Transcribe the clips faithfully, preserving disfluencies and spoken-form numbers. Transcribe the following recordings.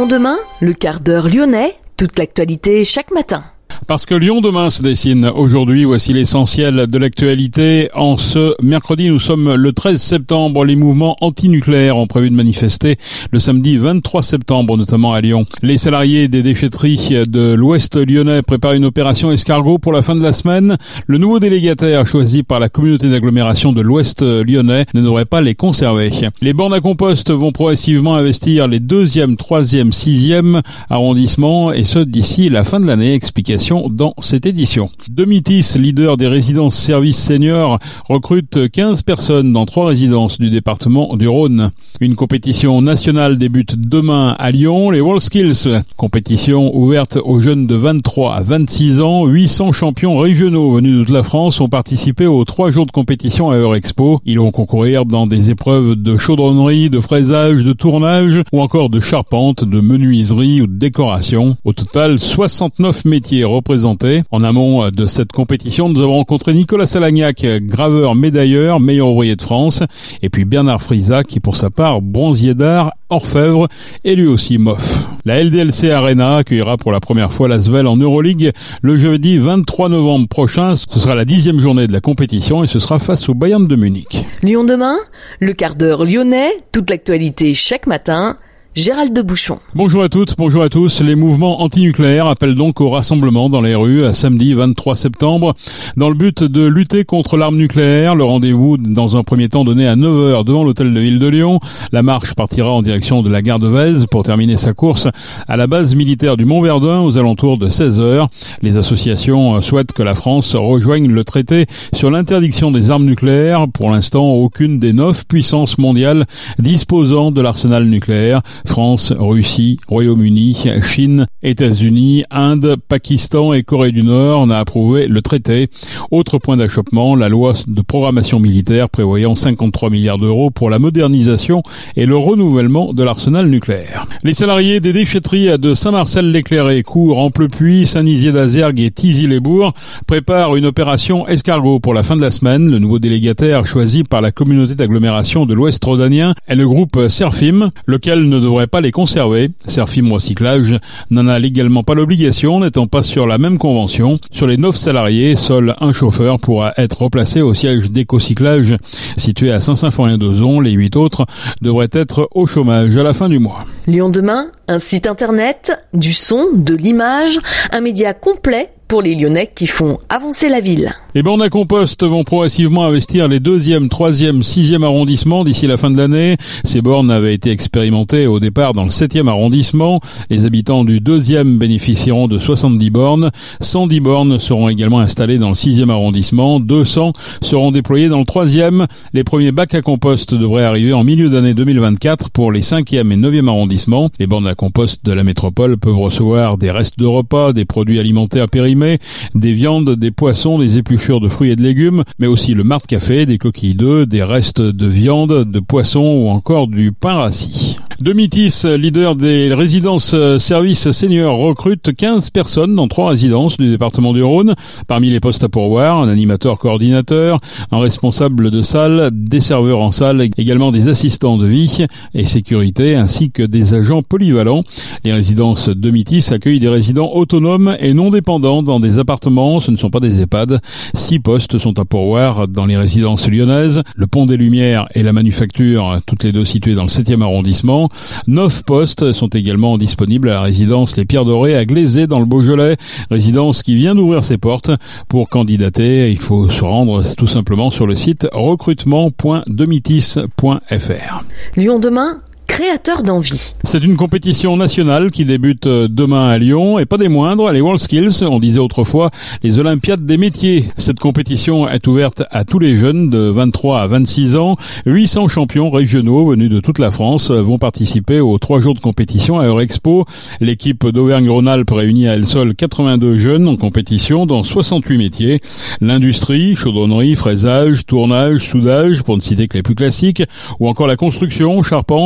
demain, le quart d'heure lyonnais, toute l'actualité chaque matin. Parce que Lyon demain se dessine aujourd'hui, voici l'essentiel de l'actualité. En ce mercredi, nous sommes le treize septembre. Les mouvements antinucléaires ont prévu de manifester le samedi vingt-trois septembre, notamment à Lyon. Les salariés des déchetteries de l'Ouest lyonnais préparent une opération escargot pour la fin de la semaine. Le nouveau délégataire choisi par la communauté d'agglomération de l'Ouest lyonnais ne devrait pas les conserver. Les bornes à compost vont progressivement investir les deuxième, troisième, sixième arrondissements, et ce d'ici la fin de l'année. Explication dans cette édition. Domitis, leader des résidences services seniors, recrute quinze personnes dans trois résidences du département du Rhône. Une compétition nationale débute demain à Lyon, les WorldSkills. Compétition ouverte aux jeunes de vingt-trois à vingt-six ans. huit cents champions régionaux venus de toute la France ont participé aux trois jours de compétition à Eurexpo. Ils vont concourir dans des épreuves de chaudronnerie, de fraisage, de tournage ou encore de charpente, de menuiserie ou de décoration. Au total, soixante-neuf métiers représentés. En amont de cette compétition, nous avons rencontré Nicolas Salagnac, graveur médailleur, meilleur ouvrier de France, et puis Bernard Frisac, qui pour sa part, bronzier d'art, orfèvre, et lui aussi mof. La L D L C Arena accueillera pour la première fois l'Asvel en Euroleague le jeudi vingt-trois novembre prochain. Ce sera la dixième journée de la compétition et ce sera face au Bayern de Munich. Lyon demain, le quart d'heure lyonnais, toute l'actualité chaque matin. Gérald de Bouchon. Bonjour à toutes, bonjour à tous. Les mouvements antinucléaires appellent donc au rassemblement dans les rues à samedi vingt-trois septembre dans le but de lutter contre l'arme nucléaire. Le rendez-vous dans un premier temps donné à neuf heures devant l'hôtel de ville de Lyon. La marche partira en direction de la gare de Vèze pour terminer sa course à la base militaire du Mont-Verdun aux alentours de seize heures. Les associations souhaitent que la France rejoigne le traité sur l'interdiction des armes nucléaires. Pour l'instant, aucune des neuf puissances mondiales disposant de l'arsenal nucléaire, France, Russie, Royaume-Uni, Chine, États-Unis, Inde, Pakistan et Corée du Nord, n'a approuvé le traité. Autre point d'achoppement, la loi de programmation militaire prévoyant cinquante-trois milliards d'euros pour la modernisation et le renouvellement de l'arsenal nucléaire. Les salariés des déchetteries de Saint-Marcel-l'Éclairé, Cours, Amplepuis, Saint-Nizier-d'Azergues et Thizy-les-Bourgs préparent une opération escargot pour la fin de la semaine. Le nouveau délégataire choisi par la communauté d'agglomération de l'Ouest rhodanien est le groupe Serfim, lequel ne devrait pas les conserver. Serfim Recyclage n'en a légalement pas l'obligation, n'étant pas sur la même convention. Sur les neuf salariés, seul un chauffeur pourra être replacé au siège d'Écocyclage situé à Saint-Symphorien-d'Ozon. Les huit autres devraient être au chômage à la fin du mois. Lyon demain, un site internet, du son, de l'image, un média complet pour les Lyonnais qui font avancer la ville. Les bornes à compost vont progressivement investir les deuxième, troisième, sixième arrondissements d'ici la fin de l'année. Ces bornes avaient été expérimentées au départ dans le septième arrondissement. Les habitants du deuxième bénéficieront de soixante-dix bornes. cent dix bornes seront également installées dans le sixième arrondissement. deux cents seront déployées dans le troisième. Les premiers bacs à compost devraient arriver en milieu d'année deux mille vingt-quatre pour les cinquième et neuvième arrondissements. Les bornes à compost de la métropole peuvent recevoir des restes de repas, des produits alimentaires périmés, des viandes, des poissons, des épluchures de fruits et de légumes, mais aussi le marc café, des coquilles d'œufs, des restes de viande, de poisson ou encore du pain rassis. Domitis, leader des résidences services seniors, recrute quinze personnes dans trois résidences du département du Rhône. Parmi les postes à pourvoir, un animateur coordinateur, un responsable de salle, des serveurs en salle, également des assistants de vie et sécurité, ainsi que des agents polyvalents. Les résidences Domitis accueillent des résidents autonomes et non dépendants dans des appartements, ce ne sont pas des EHPAD. Six postes sont à pourvoir dans les résidences lyonnaises, le Pont des Lumières et la Manufacture, toutes les deux situées dans le septième arrondissement. Neuf postes sont également disponibles à la résidence Les Pierres Dorées à Glazé dans le Beaujolais, résidence qui vient d'ouvrir ses portes. Pour candidater, il faut se rendre tout simplement sur le site recrutement point domitis point f r. Lyon demain, créateur d'envie. C'est une compétition nationale qui débute demain à Lyon, et pas des moindres, les WorldSkills, on disait autrefois les Olympiades des métiers. Cette compétition est ouverte à tous les jeunes de vingt-trois à vingt-six ans. huit cents champions régionaux venus de toute la France vont participer aux trois jours de compétition à Eurexpo. L'équipe d'Auvergne-Rhône-Alpes réunit à elle seule quatre-vingt-deux jeunes en compétition dans soixante-huit métiers. L'industrie, chaudronnerie, fraisage, tournage, soudage, pour ne citer que les plus classiques, ou encore la construction, charpente,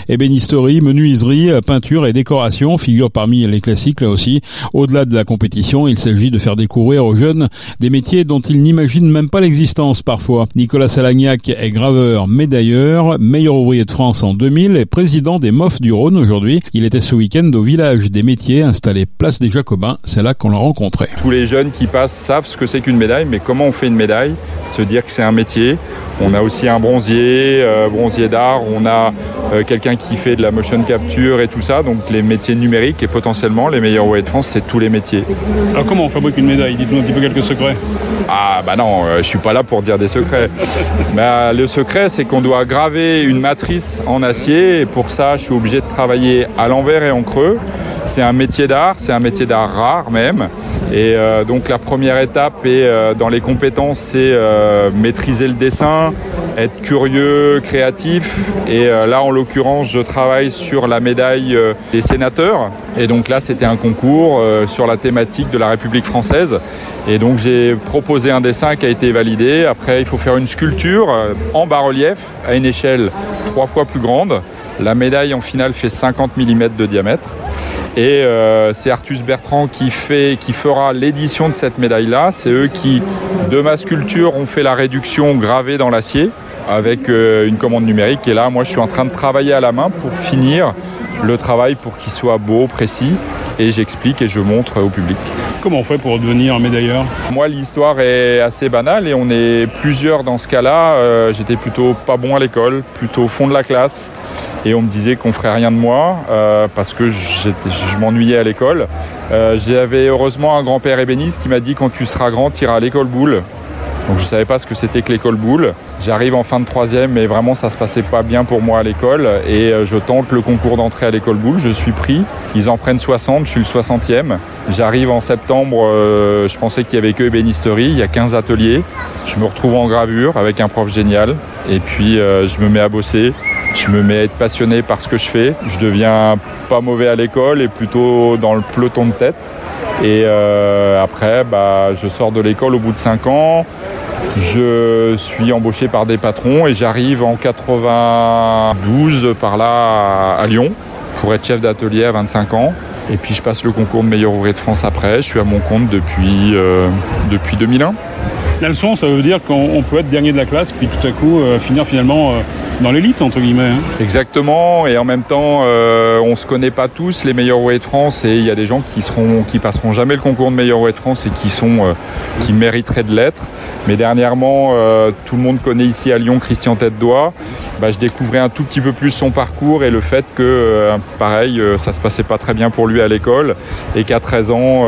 Ébénisterie, menuiserie, peinture et décoration figurent parmi les classiques là aussi. Au-delà de la compétition, il s'agit de faire découvrir aux jeunes des métiers dont ils n'imaginent même pas l'existence parfois. Nicolas Salagnac est graveur, médailleur, meilleur ouvrier de France en deux mille et président des M O F du Rhône aujourd'hui. Il était ce week-end au village des métiers installé place des Jacobins. C'est là qu'on l'a rencontré. Tous les jeunes qui passent savent ce que c'est qu'une médaille, mais comment on fait une médaille ? Se dire que c'est un métier. On a aussi un bronzier, euh, bronzier d'art, on a euh, quelqu'un qui fait de la motion capture et tout ça, donc les métiers numériques et potentiellement les meilleurs ouvriers de France, c'est tous les métiers. Alors comment on fabrique une médaille ? Dites-nous un petit peu quelques secrets. Ah bah non, euh, je suis pas là pour dire des secrets. Bah, le secret, c'est qu'on doit graver une matrice en acier et pour ça, je suis obligé de travailler à l'envers et en creux. C'est un métier d'art, c'est un métier d'art rare même. Et euh, donc la première étape est, euh, dans les compétences, c'est euh, maîtriser le dessin, être curieux, créatif. Et euh, là, en l'occurrence, je travaille sur la médaille euh, des sénateurs. Et donc là, c'était un concours euh, sur la thématique de la République française. Et donc j'ai proposé un dessin qui a été validé. Après, il faut faire une sculpture euh, en bas-relief à une échelle trois fois plus grande. La médaille en finale fait cinquante millimètres de diamètre. Et euh, c'est Artus Bertrand qui, fait, qui fera l'édition de cette médaille-là. C'est eux qui, de ma sculpture, ont fait la réduction gravée dans l'acier avec euh, une commande numérique. Et là, moi, je suis en train de travailler à la main pour finir le travail pour qu'il soit beau, précis. Et j'explique et je montre au public. Comment on fait pour devenir médailleur ? Moi, l'histoire est assez banale et on est plusieurs dans ce cas-là. Euh, j'étais plutôt pas bon à l'école, plutôt au fond de la classe. Et on me disait qu'on ferait rien de moi euh, parce que j'étais, je m'ennuyais à l'école. Euh, j'avais heureusement un grand-père ébéniste qui m'a dit « Quand tu seras grand, tu iras à l'école boule ». Donc je ne savais pas ce que c'était que l'école boule. J'arrive en fin de troisième, mais vraiment ça ne se passait pas bien pour moi à l'école. Et je tente le concours d'entrée à l'école boule. Je suis pris. Ils en prennent soixante, je suis le soixantième. J'arrive en septembre, euh, je pensais qu'il n'y avait que ébénisterie. Il y a quinze ateliers. Je me retrouve en gravure avec un prof génial. Et puis euh, je me mets à bosser. Je me mets à être passionné par ce que je fais. Je deviens pas mauvais à l'école et plutôt dans le peloton de tête. Et euh, après, bah, je sors de l'école au bout de cinq ans. Je suis embauché par des patrons et j'arrive en quatre-vingt-douze par là à Lyon pour être chef d'atelier à vingt-cinq ans. Et puis je passe le concours de meilleur ouvrier de France après. Je suis à mon compte depuis, euh, depuis deux mille un. La leçon, ça veut dire qu'on peut être dernier de la classe puis tout à coup euh, finir finalement euh, dans l'élite entre guillemets. Hein. Exactement, et en même temps, euh, on se connaît pas tous les meilleurs ouvriers de France et il y a des gens qui seront, qui passeront jamais le concours de meilleur ouvrier de France et qui sont, euh, qui mériteraient de l'être. Mais dernièrement, euh, tout le monde connaît ici à Lyon Christian Tête-Doigt. Bah, je découvrais un tout petit peu plus son parcours et le fait que, euh, pareil, euh, ça se passait pas très bien pour lui à l'école et qu'à treize ans,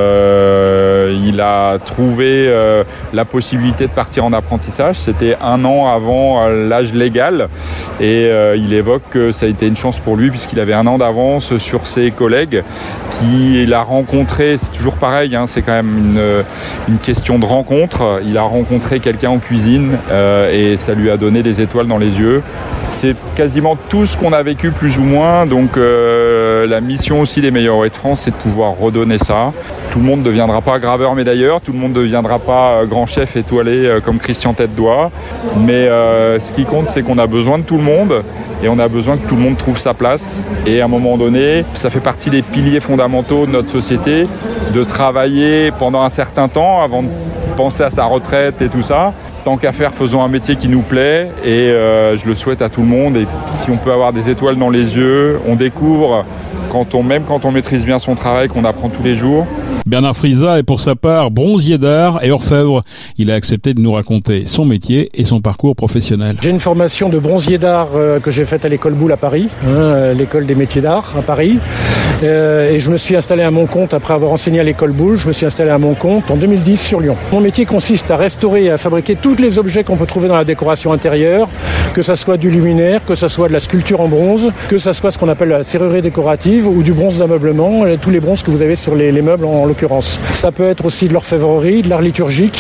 euh, il a trouvé euh, la possibilité de partir en apprentissage. C'était un an avant euh, l'âge légal et euh, il évoque que ça a été une chance pour lui puisqu'il avait un an d'avance sur ses collègues qu'il a rencontré. C'est toujours pareil, hein, c'est quand même une, une question de rencontre. Il a rencontré quelqu'un en cuisine euh, et ça lui a donné des étoiles dans les yeux. C'est quasiment tout ce qu'on a vécu plus ou moins, donc euh, la mission aussi des meilleurs ouvriers de France, c'est de pouvoir redonner ça. Tout le monde ne deviendra pas graveur médailleur, tout le monde ne deviendra pas euh, grand chef étoilé euh, comme Christian Tête-Doigt, mais euh, ce qui compte, c'est qu'on a besoin de tout le monde et on a besoin que tout le monde trouve sa place. Et à un moment donné, ça fait partie des piliers fondamentaux de notre société, de travailler pendant un certain temps avant de penser à sa retraite et tout ça. Tant qu'à faire, faisons un métier qui nous plaît et euh, je le souhaite à tout le monde. Et si on peut avoir des étoiles dans les yeux, on découvre, quand on, même quand on maîtrise bien son travail, qu'on apprend tous les jours. Bernard Frisa est pour sa part bronzier d'art et orfèvre. Il a accepté de nous raconter son métier et son parcours professionnel. J'ai une formation de bronzier d'art euh, que j'ai faite à l'école Boulle à Paris, hein, l'école des métiers d'art à Paris. Euh, et je me suis installé à mon compte après avoir enseigné à l'école Boulle. Je me suis installé à mon compte en deux mille dix sur Lyon. Mon métier consiste à restaurer et à fabriquer tous les objets qu'on peut trouver dans la décoration intérieure, que ça soit du luminaire, que ça soit de la sculpture en bronze, que ça soit ce qu'on appelle la serrurerie décorative ou du bronze d'ameublement, tous les bronzes que vous avez sur les, les meubles en l'occurrence. Ça peut être aussi de l'orfèvrerie, de l'art liturgique,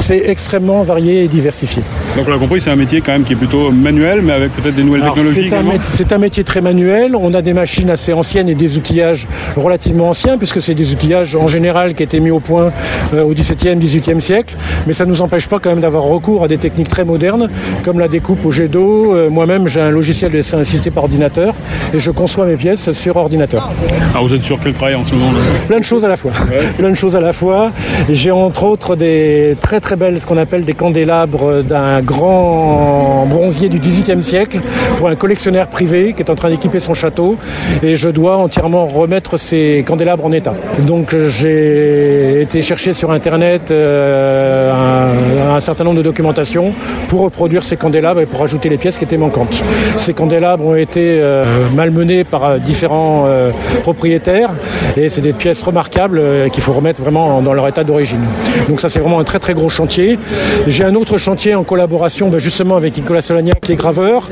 C'est extrêmement varié et diversifié. Donc on l'a compris, c'est un métier quand même qui est plutôt manuel, mais avec peut-être des nouvelles Alors, technologies c'est un, également. c'est un métier très manuel. On a des machines assez anciennes et des outillages relativement anciens, puisque c'est des outillages en général qui étaient mis au point euh, au dix-septième, dix-huitième siècle. Mais ça ne nous empêche pas quand même d'avoir recours à des techniques très modernes, comme la découpe au jet d'eau. Euh, moi-même, j'ai un logiciel de dessin assisté par ordinateur et je conçois mes pièces sur ordinateur. Alors vous êtes sur quel travail en ce moment là? Plein de choses à la fois. Ouais. Plein de choses à la fois. J'ai entre autres des très très belles, ce qu'on appelle des candélabres d'un grand bronzier du dix-huitième siècle pour un collectionneur privé qui est en train d'équiper son château, et je dois entièrement remettre ces candélabres en état. Donc j'ai été chercher sur internet euh, un, un certain nombre de documentations pour reproduire ces candélabres et pour ajouter les pièces qui étaient manquantes. Ces candélabres ont été euh, malmenés par euh, différents euh, propriétaires, et c'est des pièces remarquables euh, qu'il faut remettre vraiment dans leur état d'origine. Donc ça, c'est vraiment un très très gros chantier. J'ai un autre chantier en collaboration ben, justement avec Nicolas Solagnac, qui est graveur.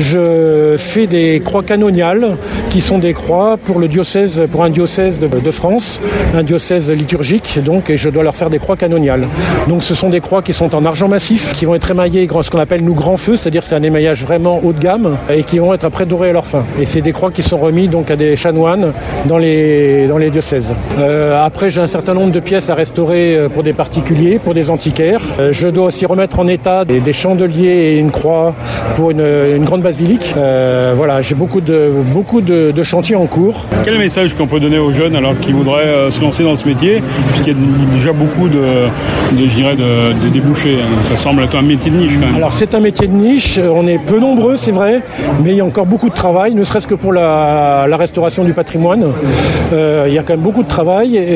Je fais des croix canoniales qui sont des croix pour le diocèse, pour un diocèse de, de France, un diocèse liturgique donc, et je dois leur faire des croix canoniales. Donc ce sont des croix qui sont en argent massif, qui vont être émaillées, ce qu'on appelle nous grand feu, c'est-à-dire c'est un émaillage vraiment haut de gamme et qui vont être après dorés à leur fin. Et c'est des croix qui sont remises donc à des chanoines dans les, dans les diocèses. Euh, après, j'ai un certain nombre de pièces à restaurer pour des particuliers, pour des antiquaires. Euh, je dois aussi remettre en état des, des chandeliers et une croix pour une, une grande basilique. Euh, voilà, j'ai beaucoup de, beaucoup de, de chantiers en cours. Quel message qu'on peut donner aux jeunes alors qui voudraient euh, se lancer dans ce métier, puisqu'il y a déjà beaucoup de, de je dirais, de, de débouchés. Ça semble être un métier de niche quand même. Alors c'est un métier de niche, on est peu nombreux, c'est vrai, mais il y a encore beaucoup de travail, ne serait-ce que pour la, la restauration du patrimoine. Euh, il y a quand même beaucoup de travail et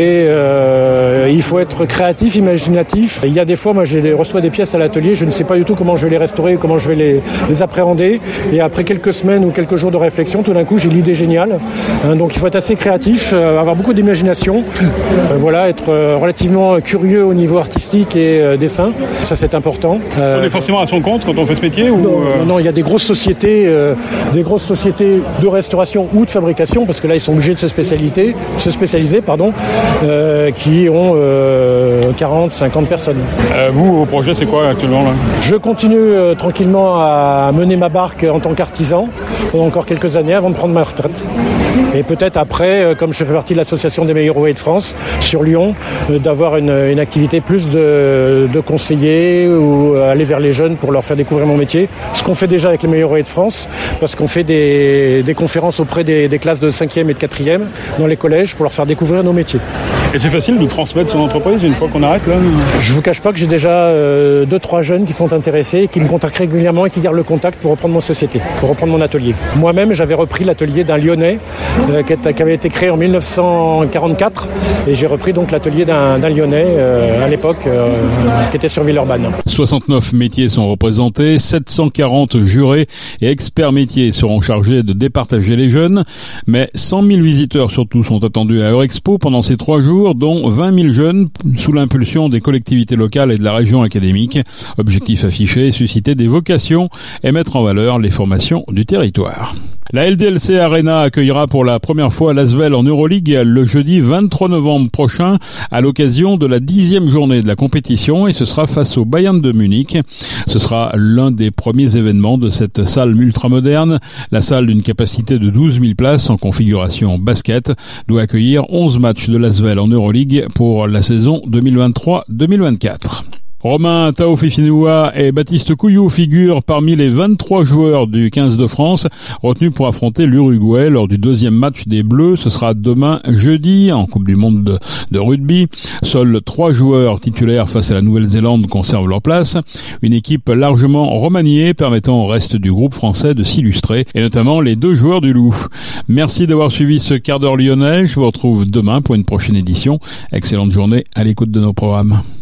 euh, il faut être créatif, imaginatif. Il y a des fois, moi, je reçois des pièces à l'atelier, je ne sais pas du tout comment je vais les restaurer, comment je vais les, les appréhender. Et après quelques semaines ou quelques jours de réflexion, tout d'un coup, j'ai l'idée géniale. Hein, donc il faut être assez créatif, euh, avoir beaucoup d'imagination. Euh, voilà, être euh, relativement curieux au niveau artistique et euh, dessin. Ça, c'est important. Euh, on est forcément à son compte quand on fait ce métier ou non, euh... non, non, il y a des grosses sociétés, euh, des grosses sociétés de restauration ou de fabrication, parce que là, ils sont obligés de se spécialiser, se spécialiser, pardon, euh, qui ont euh, quarante, cinquante personnes. Euh, vous, vos projets, c'est quoi actuellement là? Je continue euh, tranquillement à mener ma barque en tant qu'artisan pendant encore quelques années avant de prendre ma retraite. Et peut-être après, euh, comme je fais partie de l'association des meilleurs ouvriers de France sur Lyon, euh, d'avoir une, une activité plus de, de conseiller ou euh, aller vers les jeunes pour leur faire découvrir mon métier. Ce qu'on fait déjà avec les meilleurs ouvriers de France, parce qu'on fait des, des conférences auprès des, des classes de cinquième et de quatrième dans les collèges pour leur faire découvrir nos métiers. Et c'est facile de transmettre son entreprise une fois qu'on arrête là? Je vous cache pas que j'ai déjà euh, deux, trois jeunes qui sont intéressés, qui me contactent régulièrement et qui gardent le contact pour reprendre mon société, pour reprendre mon atelier. Moi-même, j'avais repris l'atelier d'un Lyonnais euh, qui, est, qui avait été créé en mille neuf cent quarante-quatre et j'ai repris donc l'atelier d'un, d'un Lyonnais euh, à l'époque euh, qui était sur Villeurbanne. soixante-neuf métiers sont représentés, sept cent quarante jurés et experts métiers seront chargés de départager les jeunes, mais cent mille visiteurs surtout sont attendus à Eurexpo pendant ces trois jours, dont vingt mille jeunes sous l'impulsion des collectivités locales et de la région académique. Objectif affiché, susciter des vocations et mettre en valeur les formations du territoire. La L D L C Arena accueillera pour la première fois l'Asvel en Euroleague le jeudi vingt-trois novembre prochain à l'occasion de la dixième journée de la compétition et ce sera face au Bayern de Munich. Ce sera l'un des premiers événements de cette salle ultramoderne. La salle d'une capacité de douze mille places en configuration basket doit accueillir onze matchs de l'Asvel en Euroleague pour la saison deux mille vingt-trois deux mille vingt-quatre. Romain Taofifinoua et Baptiste Couillou figurent parmi les vingt-trois joueurs du quinze de France retenus pour affronter l'Uruguay lors du deuxième match des Bleus. Ce sera demain jeudi en Coupe du Monde de, de rugby. Seuls trois joueurs titulaires face à la Nouvelle-Zélande conservent leur place. Une équipe largement remaniée permettant au reste du groupe français de s'illustrer et notamment les deux joueurs du Loup. Merci d'avoir suivi ce quart d'heure lyonnais. Je vous retrouve demain pour une prochaine édition. Excellente journée à l'écoute de nos programmes.